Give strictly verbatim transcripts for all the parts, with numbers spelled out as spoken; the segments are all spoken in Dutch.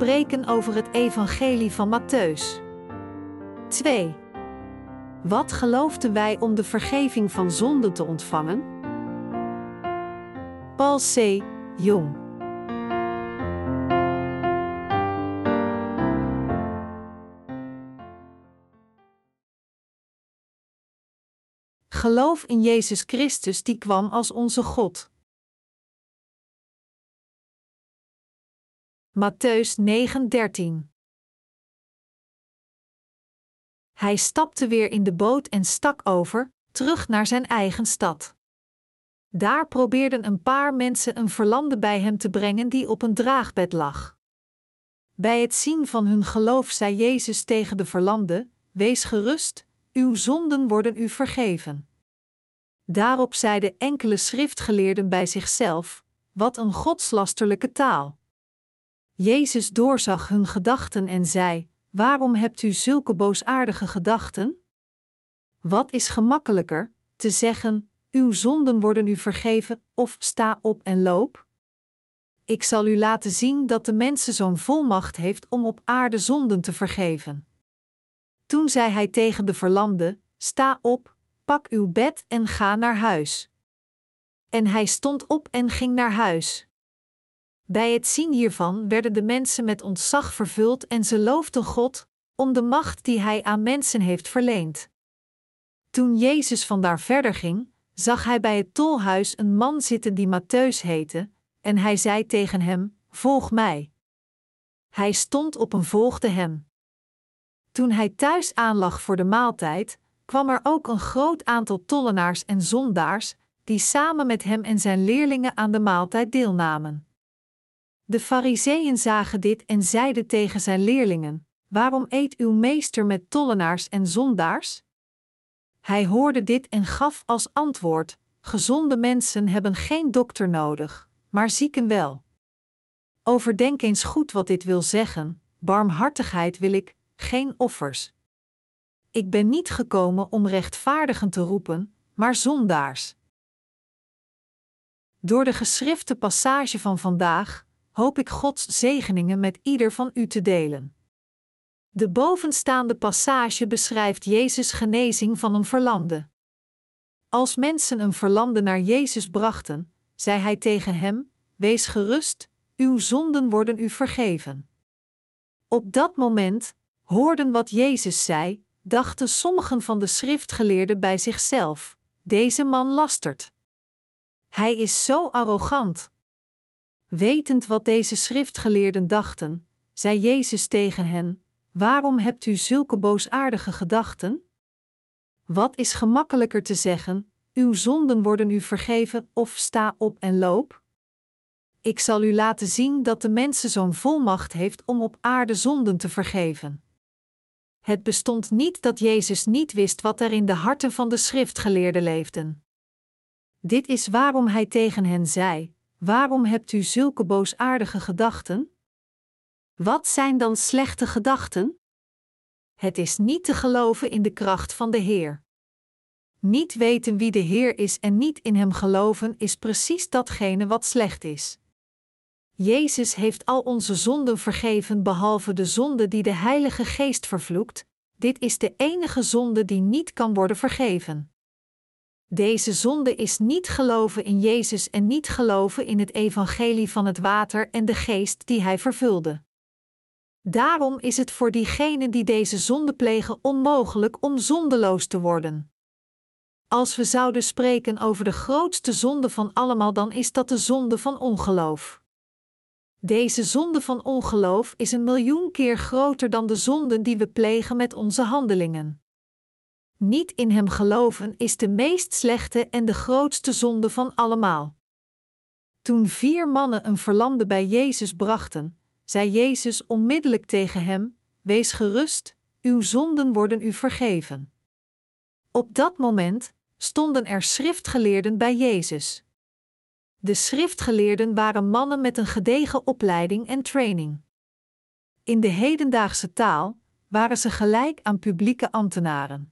spreken over het evangelie van Mattheus. twee. Wat geloofden wij om de vergeving van zonden te ontvangen? Paul C. Jong. Geloof in Jezus Christus die kwam als onze God. Mattheus negen dertien. Hij stapte weer in de boot en stak over, terug naar zijn eigen stad. Daar probeerden een paar mensen een verlamde bij hem te brengen die op een draagbed lag. Bij het zien van hun geloof zei Jezus tegen de verlamde: "Wees gerust, uw zonden worden u vergeven." Daarop zeiden enkele schriftgeleerden bij zichzelf: "Wat een godslasterlijke taal." Jezus doorzag hun gedachten en zei: "Waarom hebt u zulke boosaardige gedachten? Wat is gemakkelijker, te zeggen: uw zonden worden u vergeven, of sta op en loop? Ik zal u laten zien dat de mensenzoon volmacht heeft om op aarde zonden te vergeven." Toen zei hij tegen de verlamde: "Sta op, pak uw bed en ga naar huis." En hij stond op en ging naar huis. Bij het zien hiervan werden de mensen met ontzag vervuld en ze loofden God om de macht die Hij aan mensen heeft verleend. Toen Jezus vandaar verder ging, zag hij bij het tolhuis een man zitten die Mattheus heette, en hij zei tegen hem: "Volg mij." Hij stond op en volgde hem. Toen hij thuis aanlag voor de maaltijd, kwam er ook een groot aantal tollenaars en zondaars, die samen met hem en zijn leerlingen aan de maaltijd deelnamen. De Farizeeën zagen dit en zeiden tegen zijn leerlingen: "Waarom eet uw meester met tollenaars en zondaars?" Hij hoorde dit en gaf als antwoord: "Gezonde mensen hebben geen dokter nodig, maar zieken wel. Overdenk eens goed wat dit wil zeggen: barmhartigheid wil ik, geen offers. Ik ben niet gekomen om rechtvaardigen te roepen, maar zondaars." Door de geschrifte passage van vandaag hoop ik Gods zegeningen met ieder van u te delen. De bovenstaande passage beschrijft Jezus' genezing van een verlamde. Als mensen een verlamde naar Jezus brachten, zei hij tegen hem: "Wees gerust, uw zonden worden u vergeven." Op dat moment hoorden wat Jezus zei, dachten sommigen van de schriftgeleerden bij zichzelf: "Deze man lastert. Hij is zo arrogant." Wetend wat deze schriftgeleerden dachten, zei Jezus tegen hen: "Waarom hebt u zulke boosaardige gedachten? Wat is gemakkelijker te zeggen: uw zonden worden u vergeven, of sta op en loop? Ik zal u laten zien dat de mensenzoon volmacht heeft om op aarde zonden te vergeven." Het bestond niet dat Jezus niet wist wat er in de harten van de schriftgeleerden leefden. Dit is waarom hij tegen hen zei: "Waarom hebt u zulke boosaardige gedachten? Wat zijn dan slechte gedachten? Het is niet te geloven in de kracht van de Heer. Niet weten wie de Heer is en niet in Hem geloven is precies datgene wat slecht is. Jezus heeft al onze zonden vergeven behalve de zonde die de Heilige Geest vervloekt. Dit is de enige zonde die niet kan worden vergeven. Deze zonde is niet geloven in Jezus en niet geloven in het evangelie van het water en de geest die Hij vervulde. Daarom is het voor diegenen die deze zonde plegen onmogelijk om zondeloos te worden. Als we zouden spreken over de grootste zonde van allemaal, dan is dat de zonde van ongeloof. Deze zonde van ongeloof is een miljoen keer groter dan de zonden die we plegen met onze handelingen. Niet in Hem geloven is de meest slechte en de grootste zonde van allemaal. Toen vier mannen een verlamde bij Jezus brachten, zei Jezus onmiddellijk tegen hem: "Wees gerust, uw zonden worden u vergeven." Op dat moment stonden er schriftgeleerden bij Jezus. De schriftgeleerden waren mannen met een gedegen opleiding en training. In de hedendaagse taal waren ze gelijk aan publieke ambtenaren.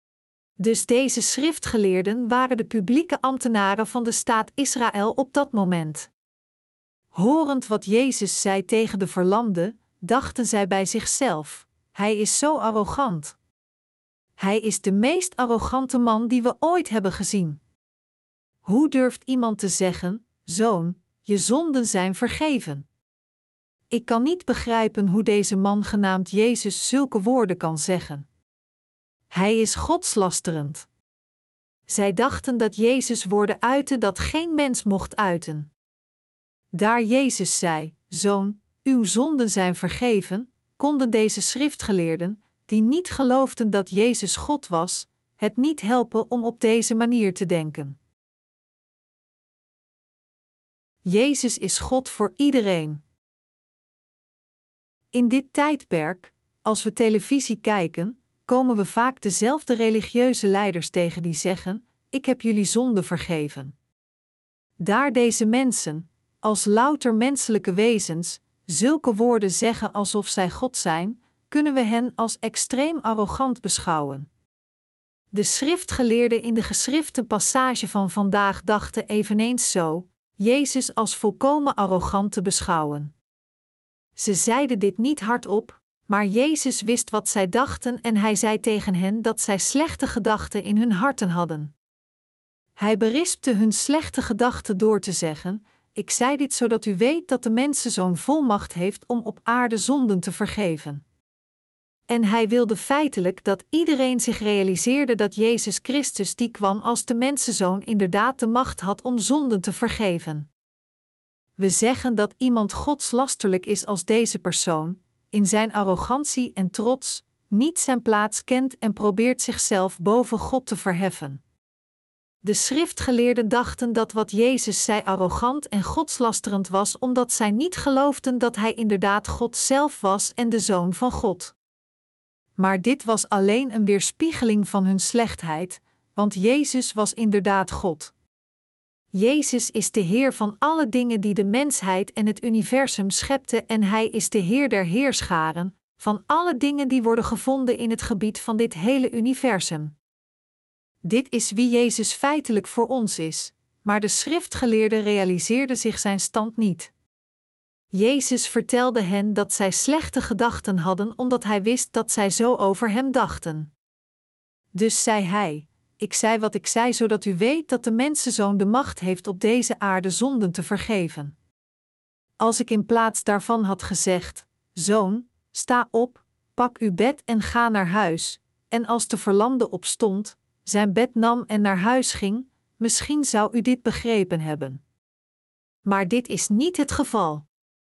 Dus deze schriftgeleerden waren de publieke ambtenaren van de staat Israël op dat moment. Horend wat Jezus zei tegen de verlamde, dachten zij bij zichzelf: hij is zo arrogant. Hij is de meest arrogante man die we ooit hebben gezien. Hoe durft iemand te zeggen: zoon, je zonden zijn vergeven? Ik kan niet begrijpen hoe deze man genaamd Jezus zulke woorden kan zeggen. Hij is godslasterend. Zij dachten dat Jezus woorden uitte dat geen mens mocht uiten. Daar Jezus zei: zoon, uw zonden zijn vergeven, konden deze schriftgeleerden, die niet geloofden dat Jezus God was, het niet helpen om op deze manier te denken. Jezus is God voor iedereen. In dit tijdperk, als we televisie kijken, komen we vaak dezelfde religieuze leiders tegen die zeggen: ik heb jullie zonde vergeven. Daar deze mensen, als louter menselijke wezens, zulke woorden zeggen alsof zij God zijn, kunnen we hen als extreem arrogant beschouwen. De schriftgeleerden in de geschrifte passage van vandaag dachten eveneens zo, Jezus als volkomen arrogant te beschouwen. Ze zeiden dit niet hardop, maar Jezus wist wat zij dachten en hij zei tegen hen dat zij slechte gedachten in hun harten hadden. Hij berispte hun slechte gedachten door te zeggen: ik zei dit zodat u weet dat de mensenzoon volmacht heeft om op aarde zonden te vergeven. En hij wilde feitelijk dat iedereen zich realiseerde dat Jezus Christus die kwam als de mensenzoon inderdaad de macht had om zonden te vergeven. We zeggen dat iemand godslasterlijk is als deze persoon, in zijn arrogantie en trots, niet zijn plaats kent en probeert zichzelf boven God te verheffen. De schriftgeleerden dachten dat wat Jezus zei arrogant en godslasterend was omdat zij niet geloofden dat hij inderdaad God zelf was en de Zoon van God. Maar dit was alleen een weerspiegeling van hun slechtheid, want Jezus was inderdaad God. Jezus is de Heer van alle dingen die de mensheid en het universum schepte en Hij is de Heer der heerscharen, van alle dingen die worden gevonden in het gebied van dit hele universum. Dit is wie Jezus feitelijk voor ons is, maar de schriftgeleerden realiseerden zich zijn stand niet. Jezus vertelde hen dat zij slechte gedachten hadden omdat Hij wist dat zij zo over Hem dachten. Dus zei Hij: ik zei wat ik zei zodat u weet dat de mensenzoon de macht heeft op deze aarde zonden te vergeven. Als ik in plaats daarvan had gezegd: zoon, sta op, pak uw bed en ga naar huis, en als de verlamde opstond, zijn bed nam en naar huis ging, misschien zou u dit begrepen hebben. Maar dit is niet het geval.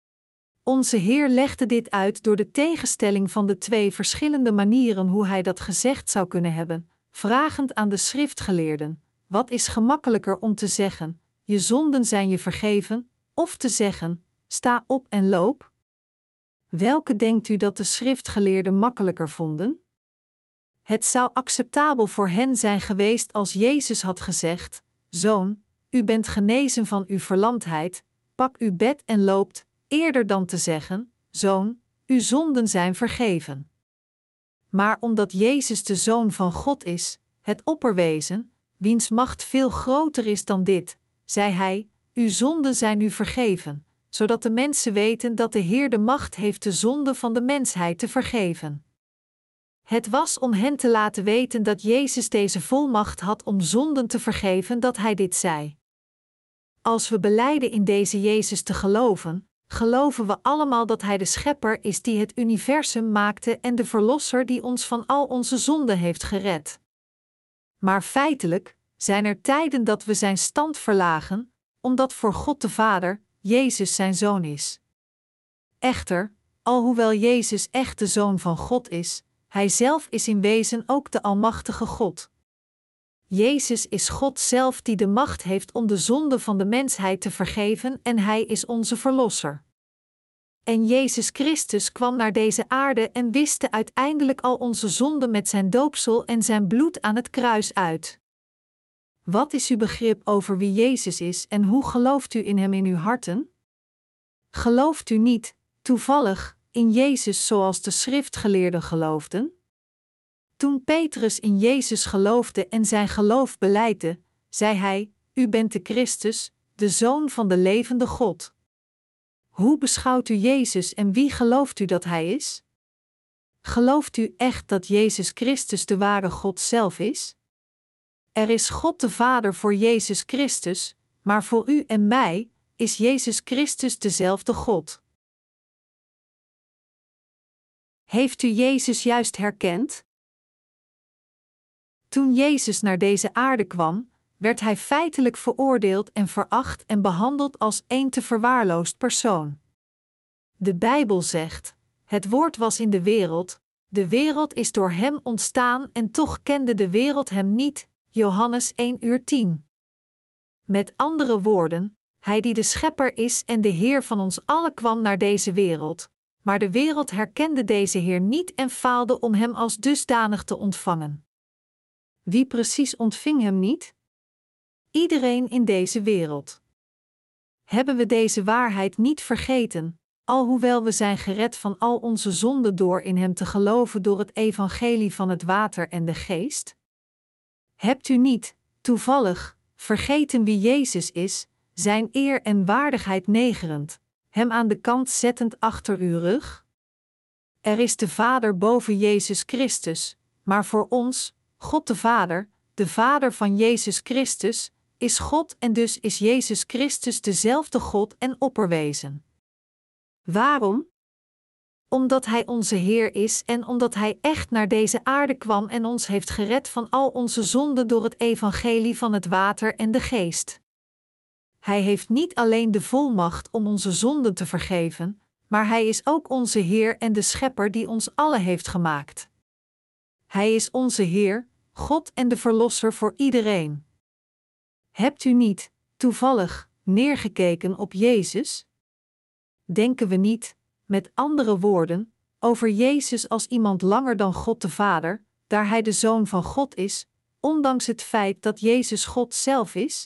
Onze Heer legde dit uit door de tegenstelling van de twee verschillende manieren hoe Hij dat gezegd zou kunnen hebben, vragend aan de schriftgeleerden: wat is gemakkelijker om te zeggen: je zonden zijn je vergeven, of te zeggen: sta op en loop? Welke denkt u dat de schriftgeleerden makkelijker vonden? Het zou acceptabel voor hen zijn geweest als Jezus had gezegd: zoon, u bent genezen van uw verlamdheid, pak uw bed en loopt, eerder dan te zeggen: zoon, uw zonden zijn vergeven. Maar omdat Jezus de Zoon van God is, het opperwezen, wiens macht veel groter is dan dit, zei Hij: uw zonden zijn u vergeven, zodat de mensen weten dat de Heer de macht heeft de zonde van de mensheid te vergeven. Het was om hen te laten weten dat Jezus deze volmacht had om zonden te vergeven dat Hij dit zei. Als we belijden in deze Jezus te geloven, geloven we allemaal dat Hij de Schepper is die het universum maakte en de Verlosser die ons van al onze zonden heeft gered. Maar feitelijk zijn er tijden dat we zijn stand verlagen, omdat voor God de Vader Jezus zijn Zoon is. Echter, alhoewel Jezus echt de Zoon van God is, Hij zelf is in wezen ook de Almachtige God. Jezus is God zelf die de macht heeft om de zonde van de mensheid te vergeven en Hij is onze Verlosser. En Jezus Christus kwam naar deze aarde en wiste uiteindelijk al onze zonden met zijn doopsel en zijn bloed aan het kruis uit. Wat is uw begrip over wie Jezus is en hoe gelooft u in Hem in uw harten? Gelooft u niet, toevallig, in Jezus zoals de schriftgeleerden geloofden? Toen Petrus in Jezus geloofde en zijn geloof belijdde, zei hij: u bent de Christus, de Zoon van de levende God. Hoe beschouwt u Jezus en wie gelooft u dat Hij is? Gelooft u echt dat Jezus Christus de ware God zelf is? Er is God de Vader voor Jezus Christus, maar voor u en mij is Jezus Christus dezelfde God. Heeft u Jezus juist herkend? Toen Jezus naar deze aarde kwam, werd Hij feitelijk veroordeeld en veracht en behandeld als een te verwaarloosd persoon. De Bijbel zegt: het woord was in de wereld, de wereld is door Hem ontstaan en toch kende de wereld Hem niet. Johannes één uur tien. Met andere woorden, Hij die de Schepper is en de Heer van ons allen kwam naar deze wereld, maar de wereld herkende deze Heer niet en faalde om Hem als dusdanig te ontvangen. Wie precies ontving Hem niet? Iedereen in deze wereld. Hebben we deze waarheid niet vergeten, alhoewel we zijn gered van al onze zonden door in Hem te geloven door het evangelie van het water en de geest? Hebt u niet, toevallig, vergeten wie Jezus is, Zijn eer en waardigheid negerend, Hem aan de kant zettend achter uw rug? Er is de Vader boven Jezus Christus, maar voor ons, God de Vader, de Vader van Jezus Christus, is God en dus is Jezus Christus dezelfde God en opperwezen. Waarom? Omdat Hij onze Heer is en omdat Hij echt naar deze aarde kwam en ons heeft gered van al onze zonden door het evangelie van het water en de geest. Hij heeft niet alleen de volmacht om onze zonden te vergeven, maar Hij is ook onze Heer en de Schepper die ons allen heeft gemaakt. Hij is onze Heer, God en de Verlosser voor iedereen. Hebt u niet, toevallig, neergekeken op Jezus? Denken we niet, met andere woorden, over Jezus als iemand langer dan God de Vader, daar Hij de Zoon van God is, ondanks het feit dat Jezus God zelf is?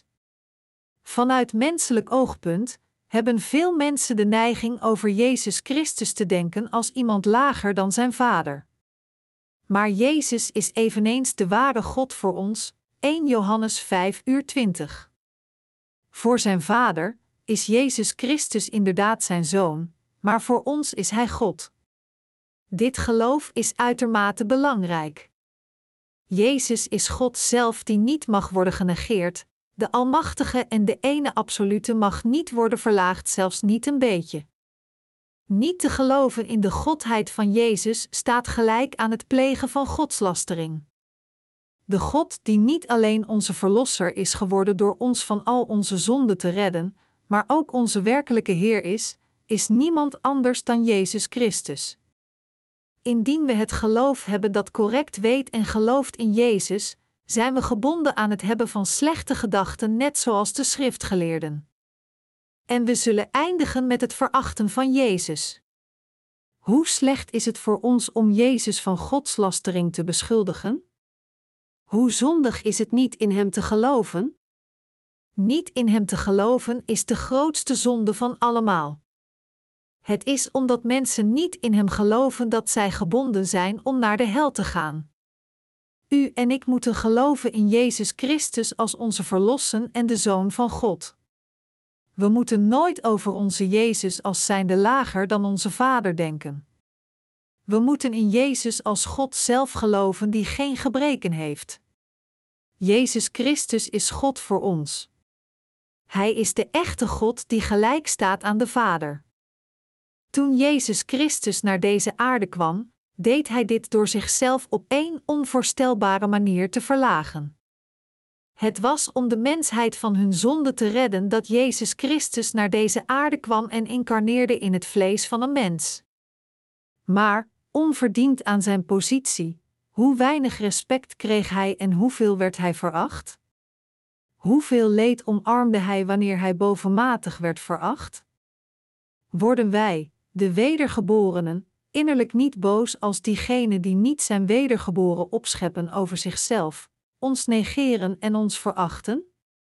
Vanuit menselijk oogpunt hebben veel mensen de neiging over Jezus Christus te denken als iemand lager dan zijn Vader. Maar Jezus is eveneens de ware God voor ons, eerste Johannes vijf uur twintig. Voor zijn Vader is Jezus Christus inderdaad zijn Zoon, maar voor ons is Hij God. Dit geloof is uitermate belangrijk. Jezus is God zelf die niet mag worden genegeerd, de Almachtige en de ene absolute mag niet worden verlaagd, zelfs niet een beetje. Niet te geloven in de godheid van Jezus staat gelijk aan het plegen van godslastering. De God die niet alleen onze Verlosser is geworden door ons van al onze zonden te redden, maar ook onze werkelijke Heer is, is niemand anders dan Jezus Christus. Indien we het geloof hebben dat correct weet en gelooft in Jezus, zijn we gebonden aan het hebben van slechte gedachten, net zoals de schriftgeleerden. En we zullen eindigen met het verachten van Jezus. Hoe slecht is het voor ons om Jezus van godslastering te beschuldigen? Hoe zondig is het niet in Hem te geloven? Niet in Hem te geloven is de grootste zonde van allemaal. Het is omdat mensen niet in Hem geloven dat zij gebonden zijn om naar de hel te gaan. U en ik moeten geloven in Jezus Christus als onze Verlosser en de Zoon van God. We moeten nooit over onze Jezus als zijnde lager dan onze Vader denken. We moeten in Jezus als God zelf geloven die geen gebreken heeft. Jezus Christus is God voor ons. Hij is de echte God die gelijk staat aan de Vader. Toen Jezus Christus naar deze aarde kwam, deed Hij dit door zichzelf op één onvoorstelbare manier te verlagen. Het was om de mensheid van hun zonde te redden dat Jezus Christus naar deze aarde kwam en incarneerde in het vlees van een mens. Maar, onverdiend aan zijn positie, hoe weinig respect kreeg Hij en hoeveel werd Hij veracht? Hoeveel leed omarmde Hij wanneer Hij bovenmatig werd veracht? Worden wij, de wedergeborenen, innerlijk niet boos als diegenen die niet zijn wedergeboren opscheppen over zichzelf, ons negeren en ons verachten?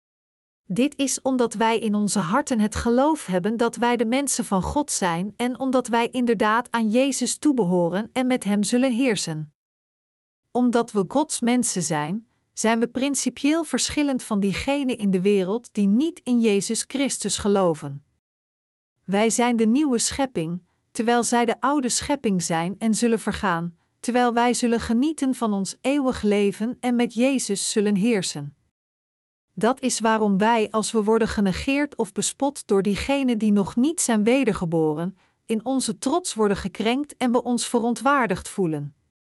Dit is omdat wij in onze harten het geloof hebben dat wij de mensen van God zijn en omdat wij inderdaad aan Jezus toebehoren en met Hem zullen heersen. Omdat we Gods mensen zijn, zijn we principieel verschillend van diegenen in de wereld die niet in Jezus Christus geloven. Wij zijn de nieuwe schepping, terwijl zij de oude schepping zijn en zullen vergaan, terwijl wij zullen genieten van ons eeuwig leven en met Jezus zullen heersen. Dat is waarom wij, als we worden genegeerd of bespot door diegenen die nog niet zijn wedergeboren, in onze trots worden gekrenkt en we ons verontwaardigd voelen.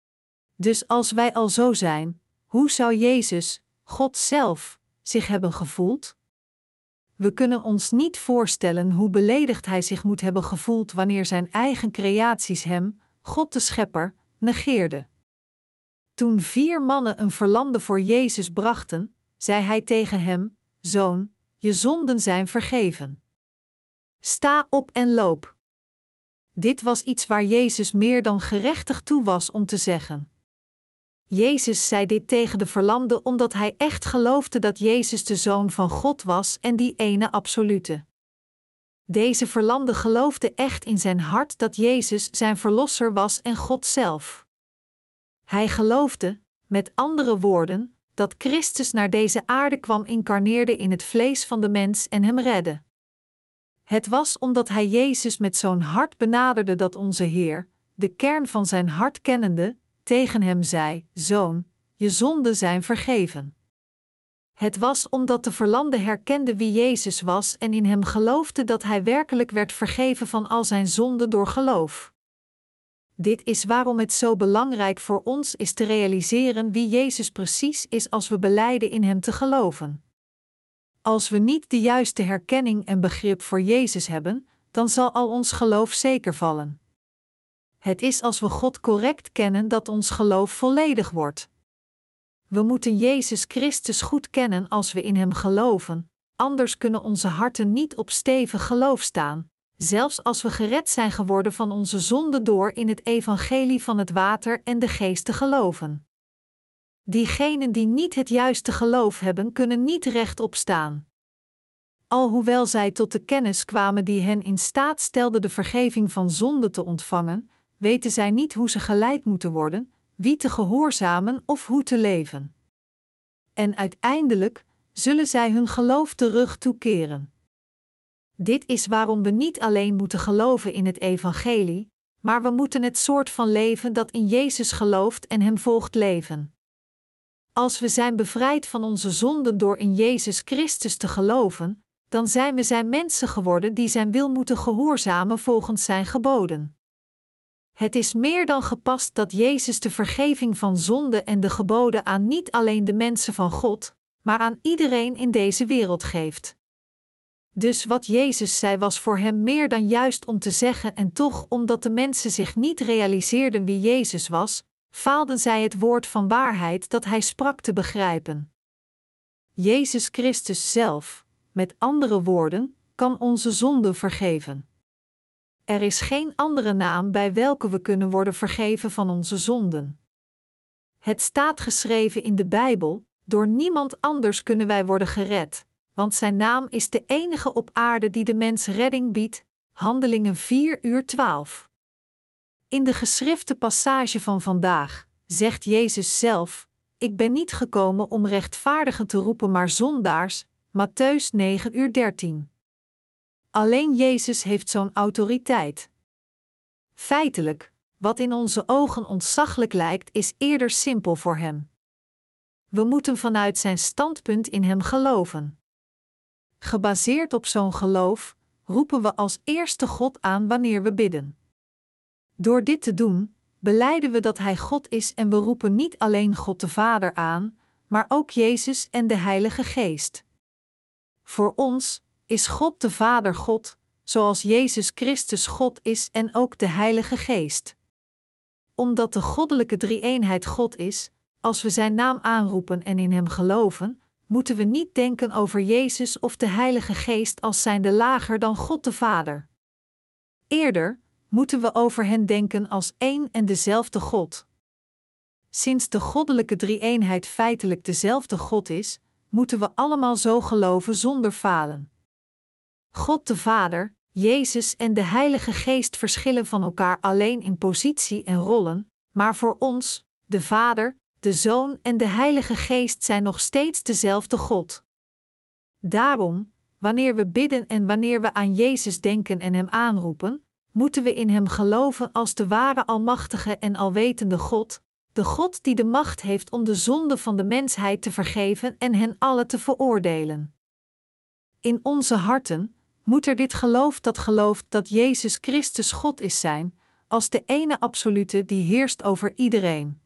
Dus als wij al zo zijn, hoe zou Jezus, God zelf, zich hebben gevoeld? We kunnen ons niet voorstellen hoe beledigd hij zich moet hebben gevoeld wanneer zijn eigen creaties hem, God de Schepper, negeerden. Toen vier mannen een verlamde voor Jezus brachten, zei hij tegen hem: Zoon, je zonden zijn vergeven. Sta op en loop. Dit was iets waar Jezus meer dan gerechtig toe was om te zeggen. Jezus zei dit tegen de verlamde omdat hij echt geloofde dat Jezus de Zoon van God was en die ene absolute. Deze verlamde geloofde echt in zijn hart dat Jezus zijn verlosser was en God zelf. Hij geloofde, met andere woorden, dat Christus naar deze aarde kwam, incarneerde in het vlees van de mens en hem redde. Het was omdat hij Jezus met zo'n hart benaderde dat onze Heer, de kern van zijn hart kennende, tegen hem zei: Zoon, je zonden zijn vergeven. Het was omdat de verlamde herkende wie Jezus was en in hem geloofde dat hij werkelijk werd vergeven van al zijn zonden door geloof. Dit is waarom het zo belangrijk voor ons is te realiseren wie Jezus precies is als we belijden in hem te geloven. Als we niet de juiste herkenning en begrip voor Jezus hebben, dan zal al ons geloof zeker vallen. Het is als we God correct kennen dat ons geloof volledig wordt. We moeten Jezus Christus goed kennen als we in hem geloven, anders kunnen onze harten niet op stevig geloof staan, zelfs als we gered zijn geworden van onze zonde door in het evangelie van het water en de geest te geloven. Diegenen die niet het juiste geloof hebben, kunnen niet rechtop staan. Alhoewel zij tot de kennis kwamen die hen in staat stelde de vergeving van zonde te ontvangen, weten zij niet hoe ze geleid moeten worden, wie te gehoorzamen of hoe te leven. En uiteindelijk zullen zij hun geloof terug toekeren. Dit is waarom we niet alleen moeten geloven in het evangelie, maar we moeten het soort van leven dat in Jezus gelooft en hem volgt leven. Als we zijn bevrijd van onze zonden door in Jezus Christus te geloven, dan zijn we zijn mensen geworden die zijn wil moeten gehoorzamen volgens zijn geboden. Het is meer dan gepast dat Jezus de vergeving van zonde en de geboden aan niet alleen de mensen van God, maar aan iedereen in deze wereld geeft. Dus wat Jezus zei was voor hem meer dan juist om te zeggen, en toch, omdat de mensen zich niet realiseerden wie Jezus was, faalden zij het woord van waarheid dat hij sprak te begrijpen. Jezus Christus zelf, met andere woorden, kan onze zonden vergeven. Er is geen andere naam bij welke we kunnen worden vergeven van onze zonden. Het staat geschreven in de Bijbel: door niemand anders kunnen wij worden gered, want zijn naam is de enige op aarde die de mens redding biedt. Handelingen vier uur twaalf. In de geschrifte passage van vandaag zegt Jezus zelf: Ik ben niet gekomen om rechtvaardigen te roepen, maar zondaars. Mattheüs negen uur dertien. Alleen Jezus heeft zo'n autoriteit. Feitelijk, wat in onze ogen ontzaglijk lijkt, is eerder simpel voor hem. We moeten vanuit zijn standpunt in hem geloven. Gebaseerd op zo'n geloof, roepen we als eerste God aan wanneer we bidden. Door dit te doen, belijden we dat hij God is en we roepen niet alleen God de Vader aan, maar ook Jezus en de Heilige Geest. Voor ons is God de Vader God, zoals Jezus Christus God is en ook de Heilige Geest. Omdat de goddelijke drie-eenheid God is, als we zijn naam aanroepen en in hem geloven, moeten we niet denken over Jezus of de Heilige Geest als zijnde lager dan God de Vader. Eerder moeten we over hen denken als één en dezelfde God. Sinds de goddelijke drie-eenheid feitelijk dezelfde God is, moeten we allemaal zo geloven zonder falen. God de Vader, Jezus en de Heilige Geest verschillen van elkaar alleen in positie en rollen, maar voor ons, de Vader, de Zoon en de Heilige Geest zijn nog steeds dezelfde God. Daarom, wanneer we bidden en wanneer we aan Jezus denken en Hem aanroepen, moeten we in Hem geloven als de ware almachtige en alwetende God, de God die de macht heeft om de zonde van de mensheid te vergeven en hen allen te veroordelen. In onze harten moet er dit geloof dat gelooft dat Jezus Christus God is zijn, als de ene absolute die heerst over iedereen.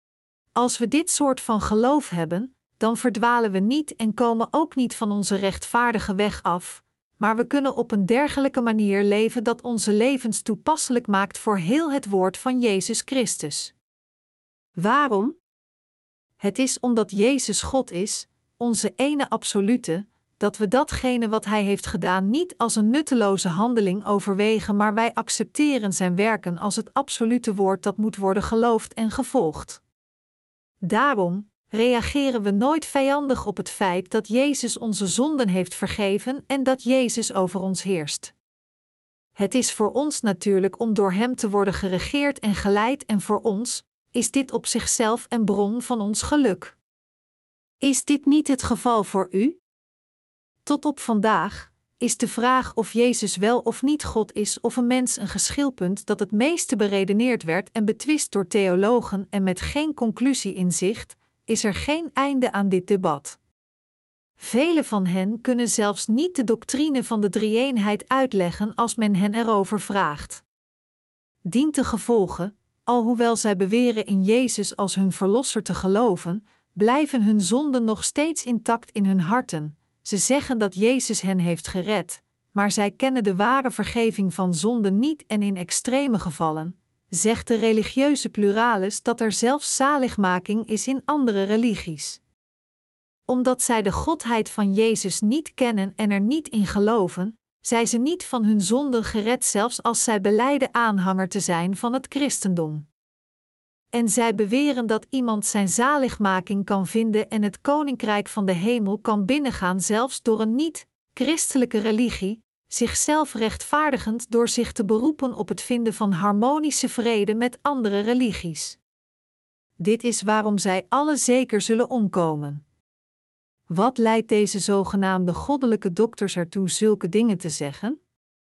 Als we dit soort van geloof hebben, dan verdwalen we niet en komen ook niet van onze rechtvaardige weg af, maar we kunnen op een dergelijke manier leven dat onze levens toepasselijk maakt voor heel het woord van Jezus Christus. Waarom? Het is omdat Jezus God is, onze ene absolute, dat we datgene wat Hij heeft gedaan niet als een nutteloze handeling overwegen, maar wij accepteren Zijn werken als het absolute woord dat moet worden geloofd en gevolgd. Daarom reageren we nooit vijandig op het feit dat Jezus onze zonden heeft vergeven en dat Jezus over ons heerst. Het is voor ons natuurlijk om door Hem te worden geregeerd en geleid en voor ons is dit op zichzelf een bron van ons geluk. Is dit niet het geval voor u? Tot op vandaag is de vraag of Jezus wel of niet God is of een mens een geschilpunt dat het meeste beredeneerd werd en betwist door theologen en met geen conclusie in zicht, is er geen einde aan dit debat. Velen van hen kunnen zelfs niet de doctrine van de drie-eenheid uitleggen als men hen erover vraagt. Dientengevolge, alhoewel zij beweren in Jezus als hun verlosser te geloven, blijven hun zonden nog steeds intact in hun harten. Ze zeggen dat Jezus hen heeft gered, maar zij kennen de ware vergeving van zonden niet en in extreme gevallen, zegt de religieuze pluralis dat er zelfs zaligmaking is in andere religies. Omdat zij de godheid van Jezus niet kennen en er niet in geloven, zijn ze niet van hun zonden gered zelfs als zij belijden aanhanger te zijn van het christendom. En zij beweren dat iemand zijn zaligmaking kan vinden en het koninkrijk van de hemel kan binnengaan zelfs door een niet-christelijke religie, zichzelf rechtvaardigend door zich te beroepen op het vinden van harmonische vrede met andere religies. Dit is waarom zij alle zeker zullen omkomen. Wat leidt deze zogenaamde goddelijke dokters ertoe zulke dingen te zeggen?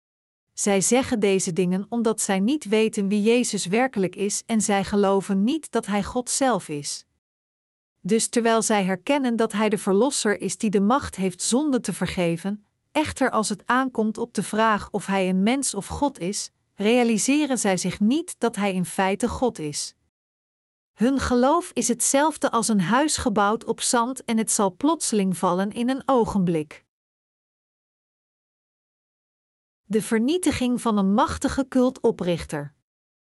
Zij zeggen deze dingen omdat zij niet weten wie Jezus werkelijk is en zij geloven niet dat Hij God zelf is. Dus terwijl zij herkennen dat Hij de Verlosser is die de macht heeft zonde te vergeven, echter als het aankomt op de vraag of Hij een mens of God is, realiseren zij zich niet dat Hij in feite God is. Hun geloof is hetzelfde als een huis gebouwd op zand en het zal plotseling vallen in een ogenblik. De vernietiging van een machtige cultoprichter.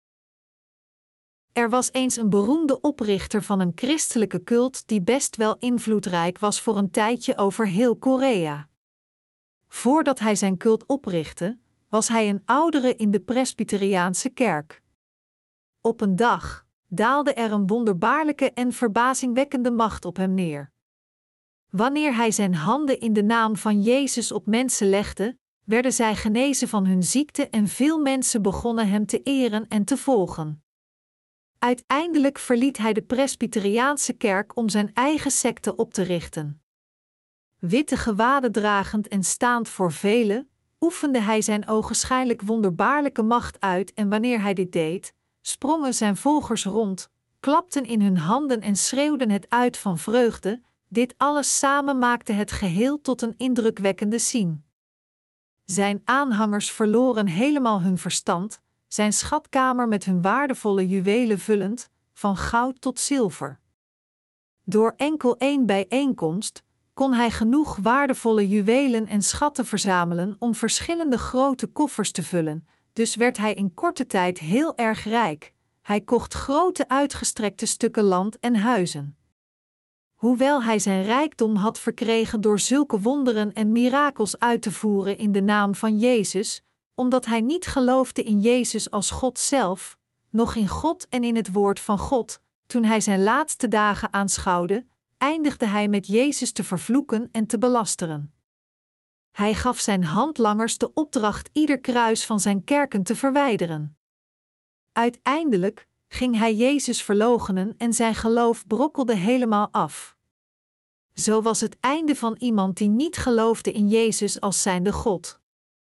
Er was eens een beroemde oprichter van een christelijke cult die best wel invloedrijk was voor een tijdje over heel Korea. Voordat hij zijn cult oprichtte, was hij een oudere in de Presbyteriaanse kerk. Op een dag daalde er een wonderbaarlijke en verbazingwekkende macht op hem neer. Wanneer hij zijn handen in de naam van Jezus op mensen legde, werden zij genezen van hun ziekte en veel mensen begonnen hem te eren en te volgen. Uiteindelijk verliet hij de Presbyteriaanse kerk om zijn eigen secte op te richten. Witte gewaden dragend en staand voor velen, oefende hij zijn ogenschijnlijk wonderbaarlijke macht uit en wanneer hij dit deed, sprongen zijn volgers rond, klapten in hun handen en schreeuwden het uit van vreugde. Dit alles samen maakte het geheel tot een indrukwekkende scene. Zijn aanhangers verloren helemaal hun verstand, zijn schatkamer met hun waardevolle juwelen vullend, van goud tot zilver. Door enkel één bijeenkomst kon hij genoeg waardevolle juwelen en schatten verzamelen om verschillende grote koffers te vullen, dus werd hij in korte tijd heel erg rijk. Hij kocht grote uitgestrekte stukken land en huizen. Hoewel hij zijn rijkdom had verkregen door zulke wonderen en mirakels uit te voeren in de naam van Jezus, omdat hij niet geloofde in Jezus als God zelf, noch in God en in het woord van God, toen hij zijn laatste dagen aanschouwde, eindigde hij met Jezus te vervloeken en te belasteren. Hij gaf zijn handlangers de opdracht ieder kruis van zijn kerken te verwijderen. Uiteindelijk ging hij Jezus verloochenen en zijn geloof brokkelde helemaal af. Zo was het einde van iemand die niet geloofde in Jezus als zijnde God.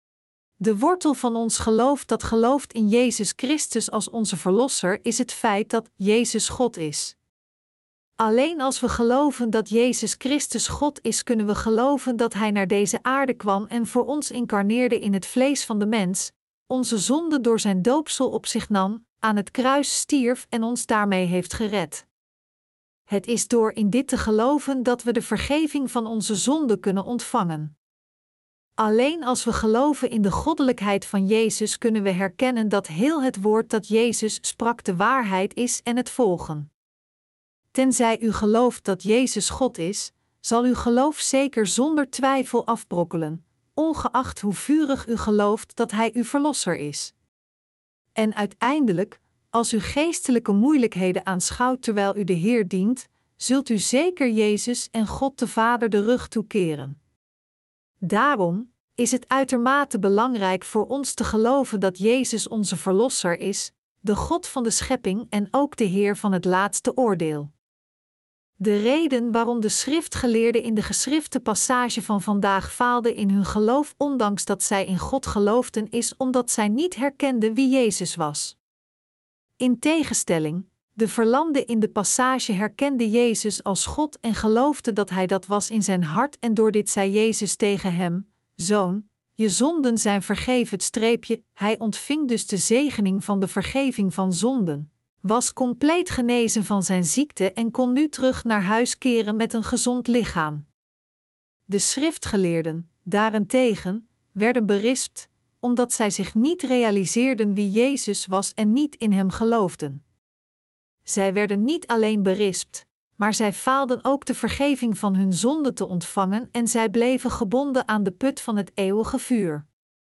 De wortel van ons geloof dat gelooft in Jezus Christus als onze Verlosser is het feit dat Jezus God is. Alleen als we geloven dat Jezus Christus God is, kunnen we geloven dat Hij naar deze aarde kwam en voor ons incarneerde in het vlees van de mens, onze zonde door zijn doopsel op zich nam, aan het kruis stierf en ons daarmee heeft gered. Het is door in dit te geloven dat we de vergeving van onze zonde kunnen ontvangen. Alleen als we geloven in de goddelijkheid van Jezus kunnen we herkennen dat heel het woord dat Jezus sprak de waarheid is en het volgen. Tenzij u gelooft dat Jezus God is, zal uw geloof zeker zonder twijfel afbrokkelen, ongeacht hoe vurig u gelooft dat Hij uw Verlosser is. En uiteindelijk, als u geestelijke moeilijkheden aanschouwt terwijl u de Heer dient, zult u zeker Jezus en God de Vader de rug toekeren. Daarom is het uitermate belangrijk voor ons te geloven dat Jezus onze Verlosser is, de God van de schepping en ook de Heer van het laatste oordeel. De reden waarom de schriftgeleerden in de geschrifte passage van vandaag faalden in hun geloof ondanks dat zij in God geloofden is omdat zij niet herkenden wie Jezus was. In tegenstelling, de verlamde in de passage herkende Jezus als God en geloofde dat Hij dat was in zijn hart en door dit zei Jezus tegen hem, Zoon, je zonden zijn vergeven, streepje, hij ontving dus de zegening van de vergeving van zonden, was compleet genezen van zijn ziekte en kon nu terug naar huis keren met een gezond lichaam. De schriftgeleerden, daarentegen, werden berispt, omdat zij zich niet realiseerden wie Jezus was en niet in hem geloofden. Zij werden niet alleen berispt, maar zij faalden ook de vergeving van hun zonde te ontvangen en zij bleven gebonden aan de put van het eeuwige vuur.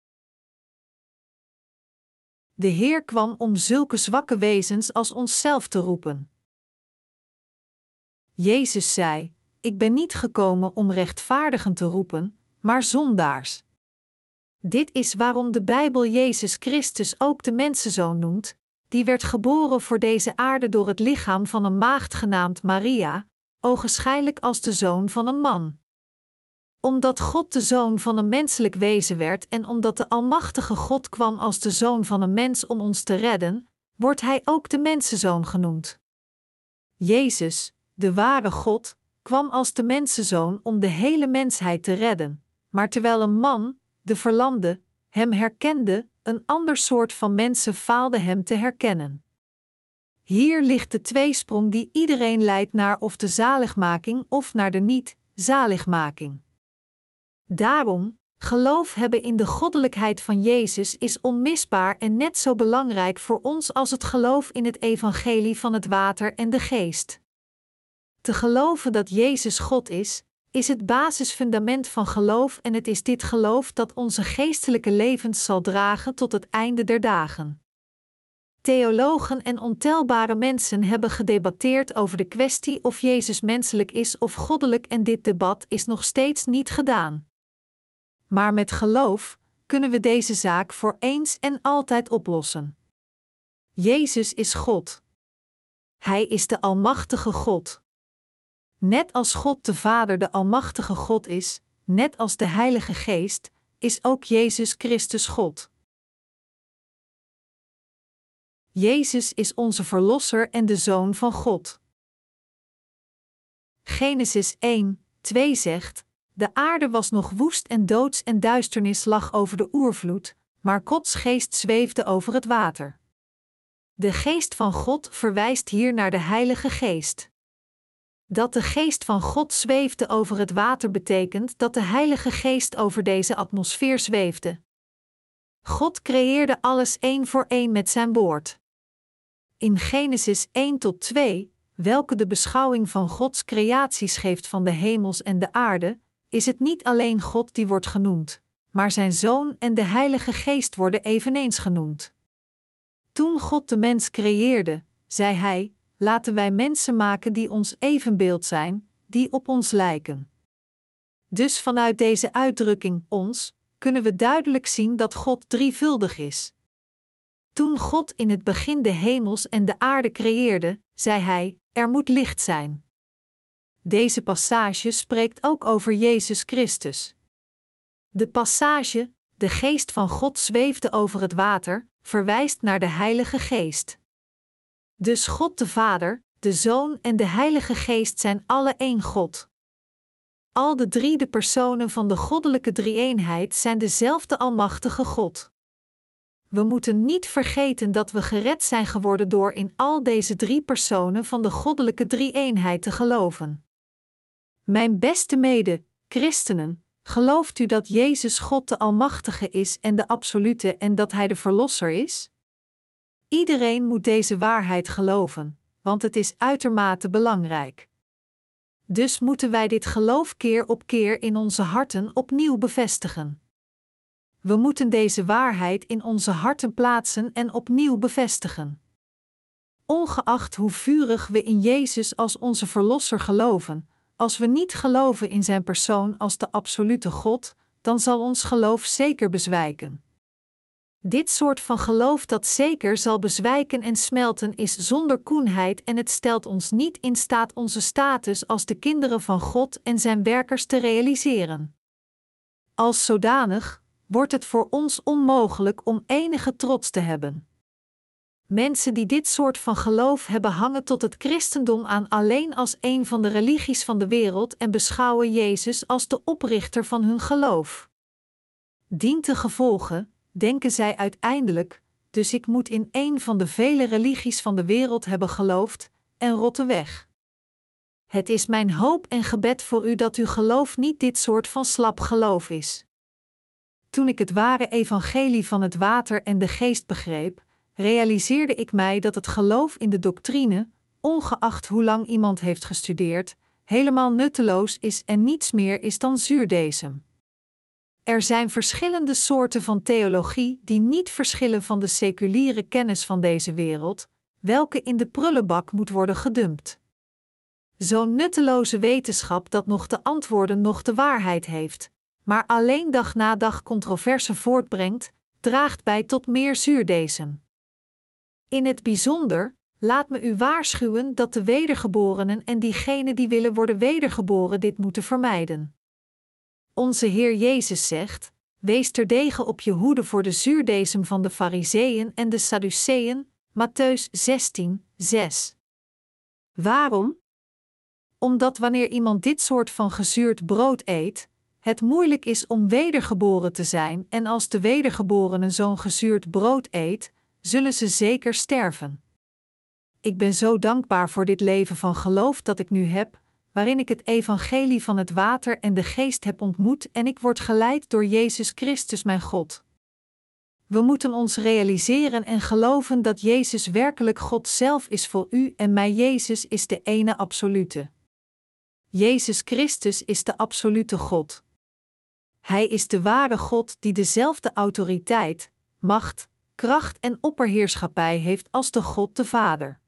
De Heer kwam om zulke zwakke wezens als onszelf te roepen. Jezus zei, ik ben niet gekomen om rechtvaardigen te roepen, maar zondaars. Dit is waarom de Bijbel Jezus Christus ook de mensenzoon noemt, die werd geboren voor deze aarde door het lichaam van een maagd genaamd Maria, ogenschijnlijk als de zoon van een man. Omdat God de zoon van een menselijk wezen werd en omdat de almachtige God kwam als de zoon van een mens om ons te redden, wordt hij ook de mensenzoon genoemd. Jezus, de ware God, kwam als de mensenzoon om de hele mensheid te redden, maar terwijl een man, de verlamde, hem herkende, een ander soort van mensen faalde hem te herkennen. Hier ligt de tweesprong die iedereen leidt naar of de zaligmaking of naar de niet-zaligmaking. Daarom, geloof hebben in de goddelijkheid van Jezus is onmisbaar en net zo belangrijk voor ons als het geloof in het evangelie van het water en de geest. Te geloven dat Jezus God is, is het basisfundament van geloof en het is dit geloof dat onze geestelijke levens zal dragen tot het einde der dagen. Theologen en ontelbare mensen hebben gedebatteerd over de kwestie of Jezus menselijk is of goddelijk en dit debat is nog steeds niet gedaan. Maar met geloof kunnen we deze zaak voor eens en altijd oplossen. Jezus is God. Hij is de almachtige God. Net als God de Vader de almachtige God is, net als de Heilige Geest, is ook Jezus Christus God. Jezus is onze Verlosser en de Zoon van God. Genesis één, twee zegt, de aarde was nog woest en doods en duisternis lag over de oervloed, maar Gods geest zweefde over het water. De geest van God verwijst hier naar de Heilige Geest. Dat de geest van God zweefde over het water betekent dat de Heilige Geest over deze atmosfeer zweefde. God creëerde alles één voor één met zijn woord. In Genesis één tot twee, welke de beschouwing van Gods creaties geeft van de hemels en de aarde, is het niet alleen God die wordt genoemd, maar zijn Zoon en de Heilige Geest worden eveneens genoemd. Toen God de mens creëerde, zei hij, laten wij mensen maken die ons evenbeeld zijn, die op ons lijken. Dus vanuit deze uitdrukking, ons, kunnen we duidelijk zien dat God drievuldig is. Toen God in het begin de hemels en de aarde creëerde, zei hij, er moet licht zijn. Deze passage spreekt ook over Jezus Christus. De passage, de Geest van God zweefde over het water, verwijst naar de Heilige Geest. Dus God de Vader, de Zoon en de Heilige Geest zijn alle één God. Al de drie de personen van de goddelijke drie-eenheid zijn dezelfde almachtige God. We moeten niet vergeten dat we gered zijn geworden door in al deze drie personen van de goddelijke drie-eenheid te geloven. Mijn beste mede-christenen, gelooft u dat Jezus God de Almachtige is en de Absolute en dat Hij de Verlosser is? Iedereen moet deze waarheid geloven, want het is uitermate belangrijk. Dus moeten wij dit geloof keer op keer in onze harten opnieuw bevestigen. We moeten deze waarheid in onze harten plaatsen en opnieuw bevestigen. Ongeacht hoe vurig we in Jezus als onze Verlosser geloven, als we niet geloven in Zijn persoon als de absolute God, dan zal ons geloof zeker bezwijken. Dit soort van geloof dat zeker zal bezwijken en smelten is zonder koenheid en het stelt ons niet in staat onze status als de kinderen van God en Zijn werkers te realiseren. Als zodanig wordt het voor ons onmogelijk om enige trots te hebben. Mensen die dit soort van geloof hebben hangen tot het christendom aan alleen als een van de religies van de wereld en beschouwen Jezus als de oprichter van hun geloof. Dientengevolge denken zij uiteindelijk, dus ik moet in een van de vele religies van de wereld hebben geloofd, en rotten weg. Het is mijn hoop en gebed voor u dat uw geloof niet dit soort van slap geloof is. Toen ik het ware evangelie van het water en de geest begreep, realiseerde ik mij dat het geloof in de doctrine, ongeacht hoe lang iemand heeft gestudeerd, helemaal nutteloos is en niets meer is dan zuurdesem. Er zijn verschillende soorten van theologie die niet verschillen van de seculiere kennis van deze wereld, welke in de prullenbak moet worden gedumpt. Zo'n nutteloze wetenschap dat nog de antwoorden nog de waarheid heeft, maar alleen dag na dag controverse voortbrengt, draagt bij tot meer zuurdesem. In het bijzonder, laat me u waarschuwen dat de wedergeborenen en diegenen die willen worden wedergeboren dit moeten vermijden. Onze Heer Jezus zegt, wees terdege op je hoede voor de zuurdesem van de Farizeeën en de Sadduceeën, Mattheüs zestien, zes. Waarom? Omdat wanneer iemand dit soort van gezuurd brood eet, het moeilijk is om wedergeboren te zijn en als de wedergeborene zo'n gezuurd brood eet, zullen ze zeker sterven. Ik ben zo dankbaar voor dit leven van geloof dat ik nu heb, waarin ik het evangelie van het water en de geest heb ontmoet en ik word geleid door Jezus Christus mijn God. We moeten ons realiseren en geloven dat Jezus werkelijk God zelf is voor u en mij. Jezus is de ene absolute. Jezus Christus is de absolute God. Hij is de ware God die dezelfde autoriteit, macht, kracht en opperheerschappij heeft als de God de Vader.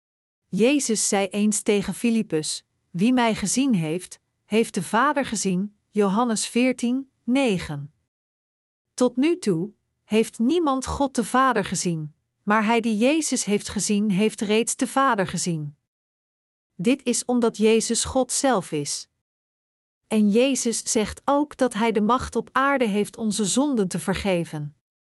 Jezus zei eens tegen Filippus, wie mij gezien heeft, heeft de Vader gezien, Johannes veertien, negen. Tot nu toe heeft niemand God de Vader gezien, maar hij die Jezus heeft gezien, heeft reeds de Vader gezien. Dit is omdat Jezus God zelf is. En Jezus zegt ook dat hij de macht op aarde heeft onze zonden te vergeven.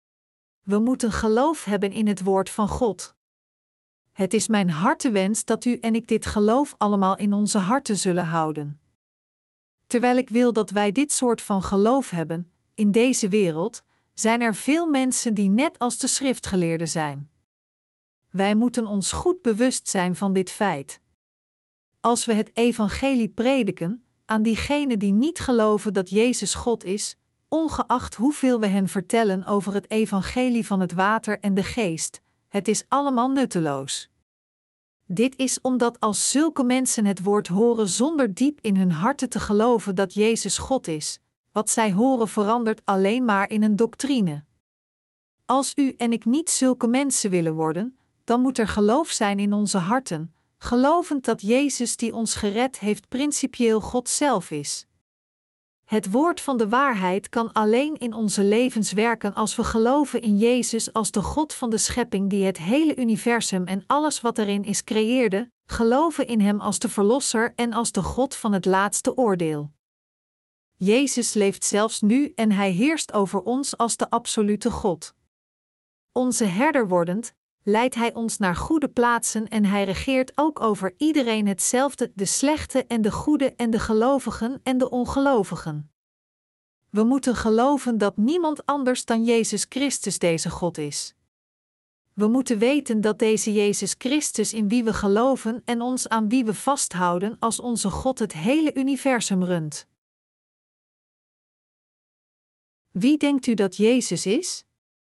We moeten geloof hebben in het woord van God. Het is mijn hartewens dat u en ik dit geloof allemaal in onze harten zullen houden. Terwijl ik wil dat wij dit soort van geloof hebben, in deze wereld, zijn er veel mensen die net als de schriftgeleerden zijn. Wij moeten ons goed bewust zijn van dit feit. Als we het evangelie prediken, aan diegenen die niet geloven dat Jezus God is, ongeacht hoeveel we hen vertellen over het evangelie van het water en de geest, het is allemaal nutteloos. Dit is omdat als zulke mensen het woord horen zonder diep in hun harten te geloven dat Jezus God is, wat zij horen verandert alleen maar in een doctrine. Als u en ik niet zulke mensen willen worden, dan moet er geloof zijn in onze harten, gelovend dat Jezus die ons gered heeft principieel God zelf is. Het woord van de waarheid kan alleen in onze levens werken als we geloven in Jezus als de God van de schepping die het hele universum en alles wat erin is creëerde, geloven in Hem als de Verlosser en als de God van het laatste oordeel. Jezus leeft zelfs nu en Hij heerst over ons als de absolute God. Onze herder wordend, leidt Hij ons naar goede plaatsen en Hij regeert ook over iedereen hetzelfde, de slechte en de goede en de gelovigen en de ongelovigen. We moeten geloven dat niemand anders dan Jezus Christus deze God is. We moeten weten dat deze Jezus Christus in wie we geloven en ons aan wie we vasthouden als onze God het hele universum runt. Wie denkt u dat Jezus is?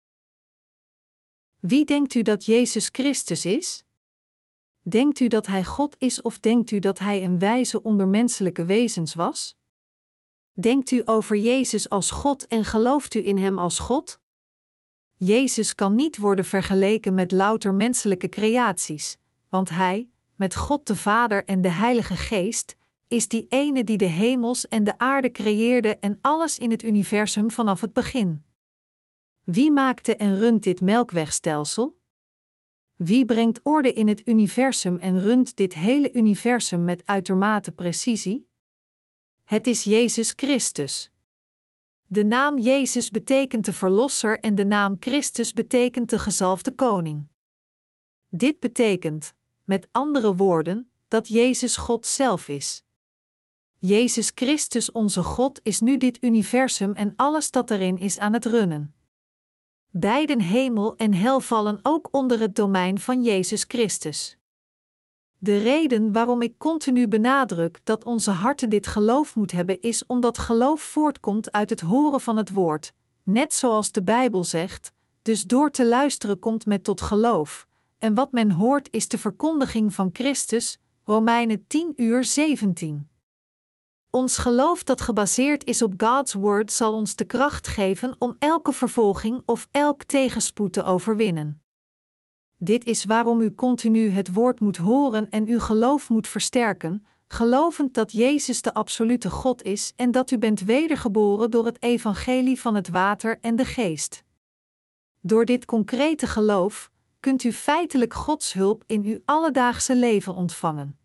Wie denkt u dat Jezus Christus is? Denkt u dat Hij God is of denkt u dat Hij een wijze onder menselijke wezens was? Denkt u over Jezus als God en gelooft u in Hem als God? Jezus kan niet worden vergeleken met louter menselijke creaties, want Hij, met God de Vader en de Heilige Geest, is die ene die de hemels en de aarde creëerde en alles in het universum vanaf het begin. Wie maakte en runt dit melkwegstelsel? Wie brengt orde in het universum en runt dit hele universum met uitermate precisie? Het is Jezus Christus. De naam Jezus betekent de Verlosser en de naam Christus betekent de gezalfde koning. Dit betekent, met andere woorden, dat Jezus God zelf is. Jezus Christus onze God is nu dit universum en alles dat erin is aan het runnen. Beiden hemel en hel vallen ook onder het domein van Jezus Christus. De reden waarom ik continu benadruk dat onze harten dit geloof moet hebben is omdat geloof voortkomt uit het horen van het woord, net zoals de Bijbel zegt, dus door te luisteren komt men tot geloof, en wat men hoort is de verkondiging van Christus, Romeinen tien uur zeventien. Ons geloof dat gebaseerd is op God's Word zal ons de kracht geven om elke vervolging of elk tegenspoed te overwinnen. Dit is waarom u continu het woord moet horen en uw geloof moet versterken, gelovend dat Jezus de absolute God is en dat u bent wedergeboren door het evangelie van het water en de geest. Door dit concrete geloof kunt u feitelijk Gods hulp in uw alledaagse leven ontvangen.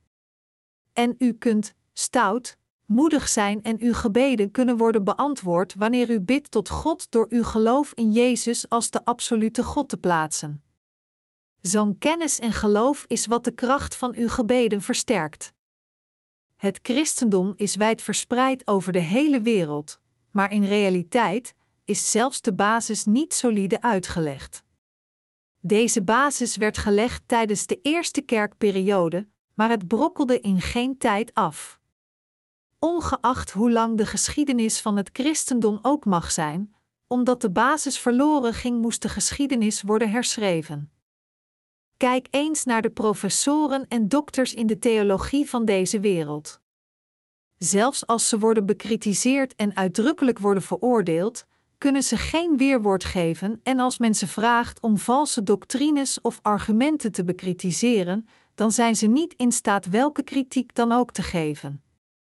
En u kunt stout, moedig zijn en uw gebeden kunnen worden beantwoord wanneer u bidt tot God door uw geloof in Jezus als de absolute God te plaatsen. Zo'n kennis en geloof is wat de kracht van uw gebeden versterkt. Het christendom is wijd verspreid over de hele wereld, maar in realiteit is zelfs de basis niet solide uitgelegd. Deze basis werd gelegd tijdens de eerste kerkperiode, maar het brokkelde in geen tijd af. Ongeacht hoe lang de geschiedenis van het christendom ook mag zijn, omdat de basis verloren ging, moest de geschiedenis worden herschreven. Kijk eens naar de professoren en dokters in de theologie van deze wereld. Zelfs als ze worden bekritiseerd en uitdrukkelijk worden veroordeeld, kunnen ze geen weerwoord geven en als men ze vraagt om valse doctrines of argumenten te bekritiseren, dan zijn ze niet in staat welke kritiek dan ook te geven.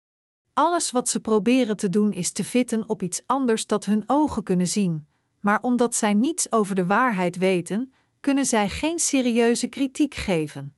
Alles wat ze proberen te doen is te vitten op iets anders dat hun ogen kunnen zien, maar omdat zij niets over de waarheid weten, kunnen zij geen serieuze kritiek geven.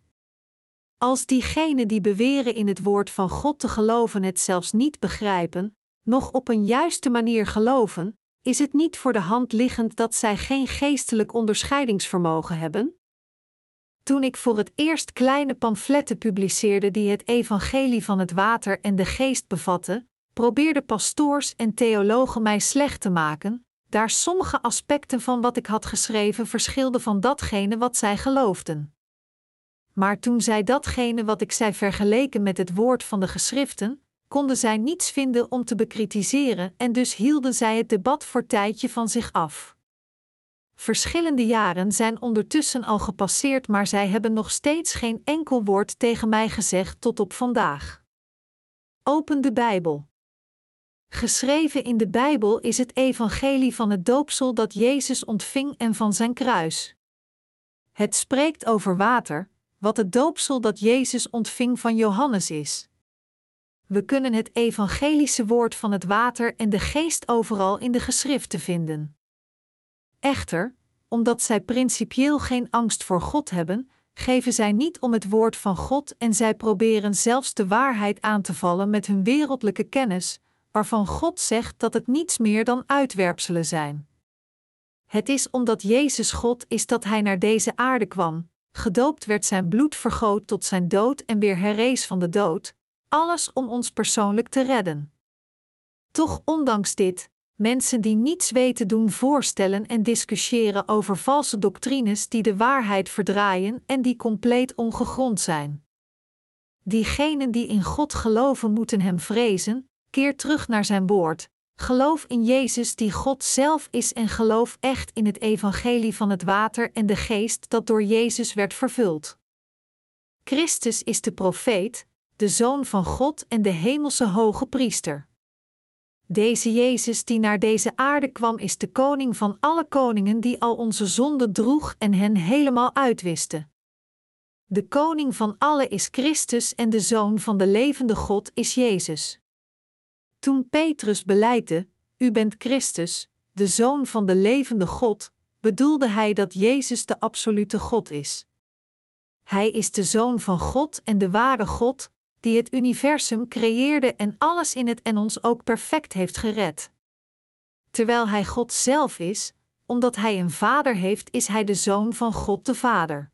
Als diegenen die beweren in het woord van God te geloven het zelfs niet begrijpen, noch op een juiste manier geloven, is het niet voor de hand liggend dat zij geen geestelijk onderscheidingsvermogen hebben? Toen ik voor het eerst kleine pamfletten publiceerde die het evangelie van het water en de geest bevatten, probeerden pastoors en theologen mij slecht te maken, daar sommige aspecten van wat ik had geschreven verschilden van datgene wat zij geloofden. Maar toen zij datgene wat ik zei vergeleken met het woord van de geschriften, konden zij niets vinden om te bekritiseren en dus hielden zij het debat voor tijdje van zich af. Verschillende jaren zijn ondertussen al gepasseerd, maar zij hebben nog steeds geen enkel woord tegen mij gezegd tot op vandaag. Open de Bijbel. Geschreven in de Bijbel is het evangelie van het doopsel dat Jezus ontving en van zijn kruis. Het spreekt over water, wat het doopsel dat Jezus ontving van Johannes is. We kunnen het evangelische woord van het water en de geest overal in de geschriften vinden. Echter, omdat zij principieel geen angst voor God hebben, geven zij niet om het woord van God en zij proberen zelfs de waarheid aan te vallen met hun wereldlijke kennis, waarvan God zegt dat het niets meer dan uitwerpselen zijn. Het is omdat Jezus God is dat Hij naar deze aarde kwam, gedoopt werd, zijn bloed vergoot tot zijn dood en weer herrees van de dood, alles om ons persoonlijk te redden. Toch ondanks dit, mensen die niets weten doen voorstellen en discussiëren over valse doctrines die de waarheid verdraaien en die compleet ongegrond zijn. Diegenen die in God geloven moeten Hem vrezen, keer terug naar zijn woord, geloof in Jezus die God zelf is en geloof echt in het evangelie van het water en de geest dat door Jezus werd vervuld. Christus is de profeet, de Zoon van God en de hemelse hoge priester. Deze Jezus die naar deze aarde kwam is de koning van alle koningen die al onze zonden droeg en hen helemaal uitwiste. De koning van alle is Christus en de Zoon van de levende God is Jezus. Toen Petrus belijdt, u bent Christus, de Zoon van de levende God, bedoelde hij dat Jezus de absolute God is. Hij is de Zoon van God en de ware God, die het universum creëerde en alles in het en ons ook perfect heeft gered. Terwijl Hij God zelf is, omdat Hij een Vader heeft, is Hij de Zoon van God de Vader.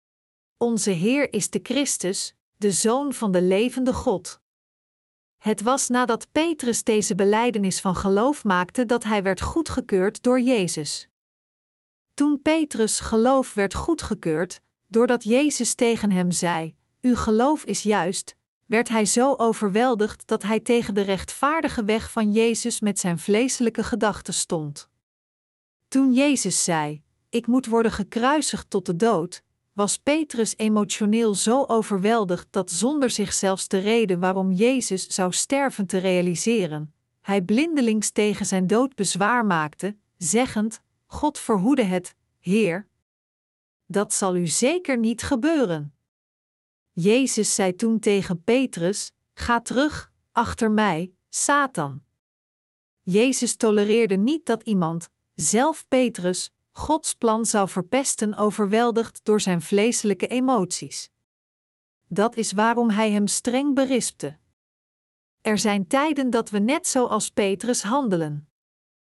Onze Heer is de Christus, de Zoon van de levende God. Het was nadat Petrus deze belijdenis van geloof maakte dat hij werd goedgekeurd door Jezus. Toen Petrus' geloof werd goedgekeurd, doordat Jezus tegen hem zei, uw geloof is juist, werd hij zo overweldigd dat hij tegen de rechtvaardige weg van Jezus met zijn vleeselijke gedachten stond. Toen Jezus zei, ik moet worden gekruisigd tot de dood, was Petrus emotioneel zo overweldigd dat zonder zich zelfs de reden waarom Jezus zou sterven te realiseren, hij blindelings tegen zijn dood bezwaar maakte, zeggend, God verhoede het, Heer. Dat zal u zeker niet gebeuren. Jezus zei toen tegen Petrus, ga terug, achter mij, Satan. Jezus tolereerde niet dat iemand, zelf Petrus, Gods plan zou verpesten overweldigd door zijn vleeselijke emoties. Dat is waarom hij hem streng berispte. Er zijn tijden dat we net zoals Petrus handelen.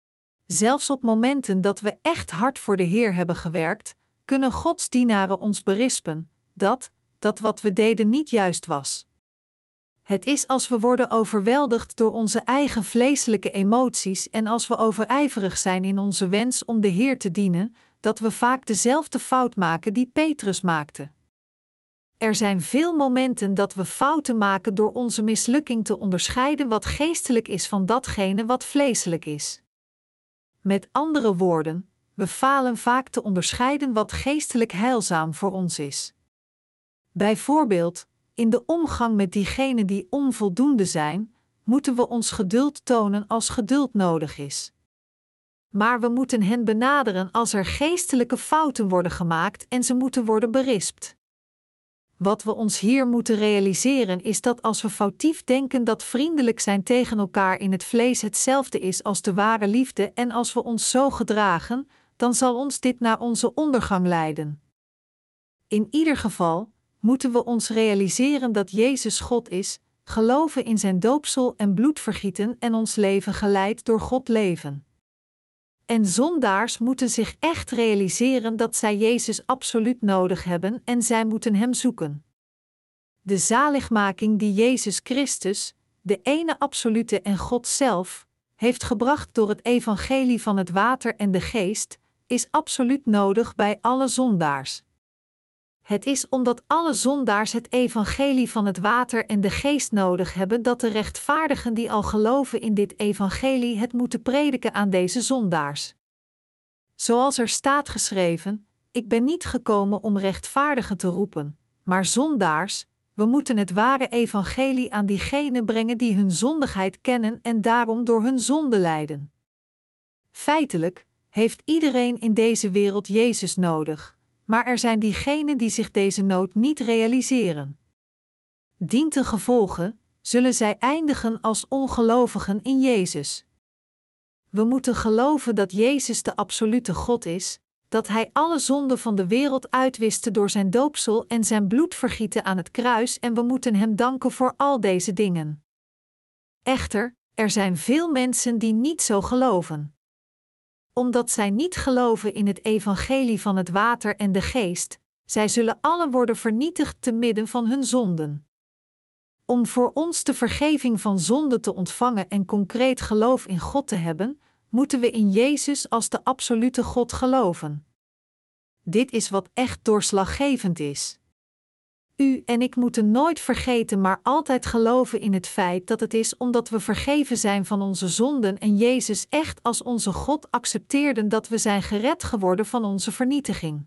Zelfs op momenten dat we echt hard voor de Heer hebben gewerkt, kunnen Gods dienaren ons berispen, dat, dat wat we deden niet juist was. Het is als we worden overweldigd door onze eigen vleeselijke emoties en als we overijverig zijn in onze wens om de Heer te dienen, dat we vaak dezelfde fout maken die Petrus maakte. Er zijn veel momenten dat we fouten maken door onze mislukking te onderscheiden wat geestelijk is van datgene wat vleeselijk is. Met andere woorden, we falen vaak te onderscheiden wat geestelijk heilzaam voor ons is. Bijvoorbeeld, in de omgang met diegenen die onvoldoende zijn, moeten we ons geduld tonen als geduld nodig is. Maar we moeten hen benaderen als er geestelijke fouten worden gemaakt en ze moeten worden berispt. Wat we ons hier moeten realiseren is dat als we foutief denken dat vriendelijk zijn tegen elkaar in het vlees hetzelfde is als de ware liefde en als we ons zo gedragen, dan zal ons dit naar onze ondergang leiden. In ieder geval moeten we ons realiseren dat Jezus God is, geloven in zijn doopsel en bloedvergieten en ons leven geleid door God leven. En zondaars moeten zich echt realiseren dat zij Jezus absoluut nodig hebben en zij moeten Hem zoeken. De zaligmaking die Jezus Christus, de ene absolute en God zelf, heeft gebracht door het evangelie van het water en de geest, is absoluut nodig bij alle zondaars. Het is omdat alle zondaars het evangelie van het water en de geest nodig hebben dat de rechtvaardigen die al geloven in dit evangelie het moeten prediken aan deze zondaars. Zoals er staat geschreven, ik ben niet gekomen om rechtvaardigen te roepen, maar zondaars, we moeten het ware evangelie aan diegenen brengen die hun zondigheid kennen en daarom door hun zonde lijden. Feitelijk heeft iedereen in deze wereld Jezus nodig. Maar er zijn diegenen die zich deze nood niet realiseren. Dientengevolge zullen zij eindigen als ongelovigen in Jezus. We moeten geloven dat Jezus de absolute God is, dat Hij alle zonden van de wereld uitwiste door zijn doopsel en zijn bloedvergieten aan het kruis en we moeten Hem danken voor al deze dingen. Echter, er zijn veel mensen die niet zo geloven. Omdat zij niet geloven in het evangelie van het water en de geest, zij zullen allen worden vernietigd te midden van hun zonden. Om voor ons de vergeving van zonde te ontvangen en concreet geloof in God te hebben, moeten we in Jezus als de absolute God geloven. Dit is wat echt doorslaggevend is. U en ik moeten nooit vergeten, maar altijd geloven in het feit dat het is omdat we vergeven zijn van onze zonden en Jezus echt als onze God accepteerden dat we zijn gered geworden van onze vernietiging.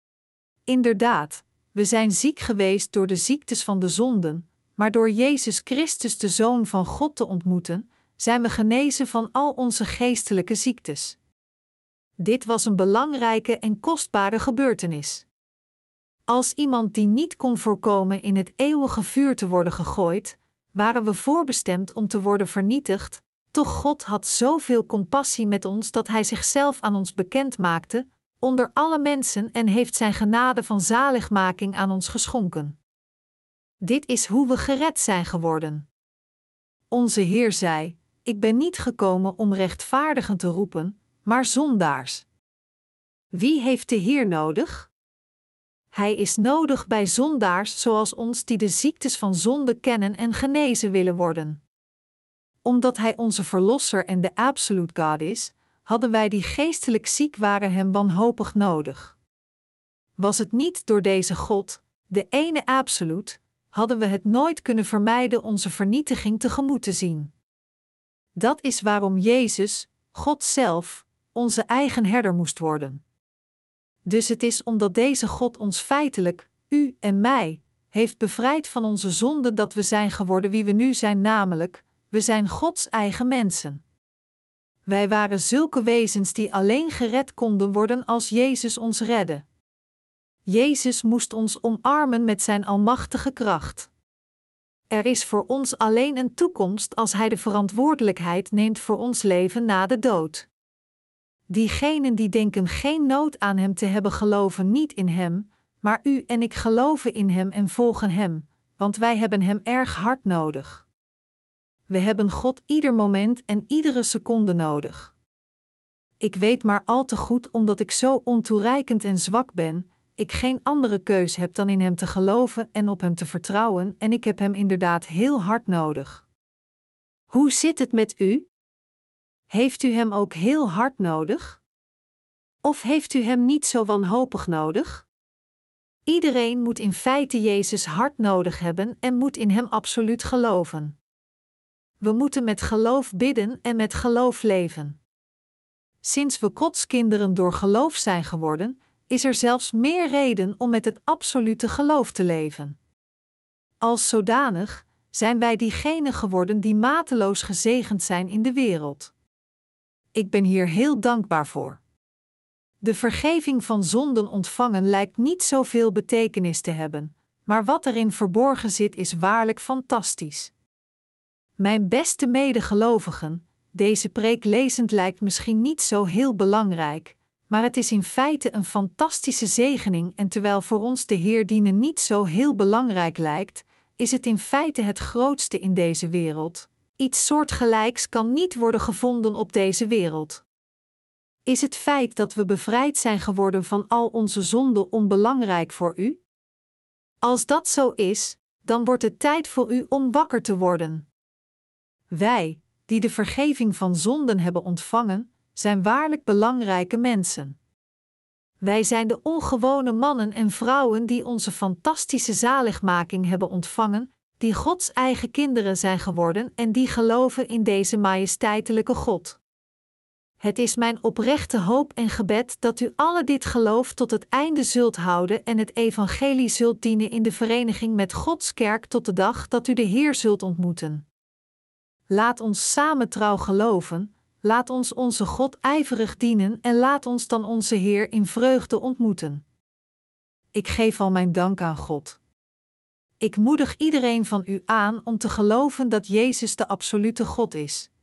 Inderdaad, we zijn ziek geweest door de ziektes van de zonden, maar door Jezus Christus de Zoon van God te ontmoeten, zijn we genezen van al onze geestelijke ziektes. Dit was een belangrijke en kostbare gebeurtenis. Als iemand die niet kon voorkomen in het eeuwige vuur te worden gegooid, waren we voorbestemd om te worden vernietigd, toch God had zoveel compassie met ons dat Hij zichzelf aan ons bekend maakte, onder alle mensen en heeft zijn genade van zaligmaking aan ons geschonken. Dit is hoe we gered zijn geworden. Onze Heer zei: Ik ben niet gekomen om rechtvaardigen te roepen, maar zondaars. Wie heeft de Heer nodig? Hij is nodig bij zondaars zoals ons die de ziektes van zonde kennen en genezen willen worden. Omdat Hij onze Verlosser en de Absolute God is, hadden wij die geestelijk ziek waren Hem wanhopig nodig. Was het niet door deze God, de ene Absolute, hadden we het nooit kunnen vermijden onze vernietiging tegemoet te zien. Dat is waarom Jezus, God zelf, onze eigen herder moest worden. Dus het is omdat deze God ons feitelijk, u en mij, heeft bevrijd van onze zonden dat we zijn geworden wie we nu zijn, namelijk, we zijn Gods eigen mensen. Wij waren zulke wezens die alleen gered konden worden als Jezus ons redde. Jezus moest ons omarmen met zijn almachtige kracht. Er is voor ons alleen een toekomst als Hij de verantwoordelijkheid neemt voor ons leven na de dood. Diegenen die denken geen nood aan Hem te hebben geloven niet in Hem, maar u en ik geloven in Hem en volgen Hem, want wij hebben Hem erg hard nodig. We hebben God ieder moment en iedere seconde nodig. Ik weet maar al te goed omdat ik zo ontoereikend en zwak ben, ik geen andere keus heb dan in Hem te geloven en op Hem te vertrouwen en ik heb Hem inderdaad heel hard nodig. Hoe zit het met u? Heeft u Hem ook heel hard nodig? Of heeft u Hem niet zo wanhopig nodig? Iedereen moet in feite Jezus hard nodig hebben en moet in Hem absoluut geloven. We moeten met geloof bidden en met geloof leven. Sinds we Gods kinderen door geloof zijn geworden, is er zelfs meer reden om met het absolute geloof te leven. Als zodanig zijn wij diegenen geworden die mateloos gezegend zijn in de wereld. Ik ben hier heel dankbaar voor. De vergeving van zonden ontvangen lijkt niet zoveel betekenis te hebben, maar wat erin verborgen zit is waarlijk fantastisch. Mijn beste medegelovigen, deze preek lezend lijkt misschien niet zo heel belangrijk, maar het is in feite een fantastische zegening en terwijl voor ons de Heer dienen niet zo heel belangrijk lijkt, is het in feite het grootste in deze wereld. Iets soortgelijks kan niet worden gevonden op deze wereld. Is het feit dat we bevrijd zijn geworden van al onze zonden onbelangrijk voor u? Als dat zo is, dan wordt het tijd voor u om wakker te worden. Wij, die de vergeving van zonden hebben ontvangen, zijn waarlijk belangrijke mensen. Wij zijn de ongewone mannen en vrouwen die onze fantastische zaligmaking hebben ontvangen, die Gods eigen kinderen zijn geworden en die geloven in deze majesteitelijke God. Het is mijn oprechte hoop en gebed dat u alle dit geloof tot het einde zult houden en het evangelie zult dienen in de vereniging met Gods kerk tot de dag dat u de Heer zult ontmoeten. Laat ons samen trouw geloven, laat ons onze God ijverig dienen en laat ons dan onze Heer in vreugde ontmoeten. Ik geef al mijn dank aan God. Ik moedig iedereen van u aan om te geloven dat Jezus de absolute God is.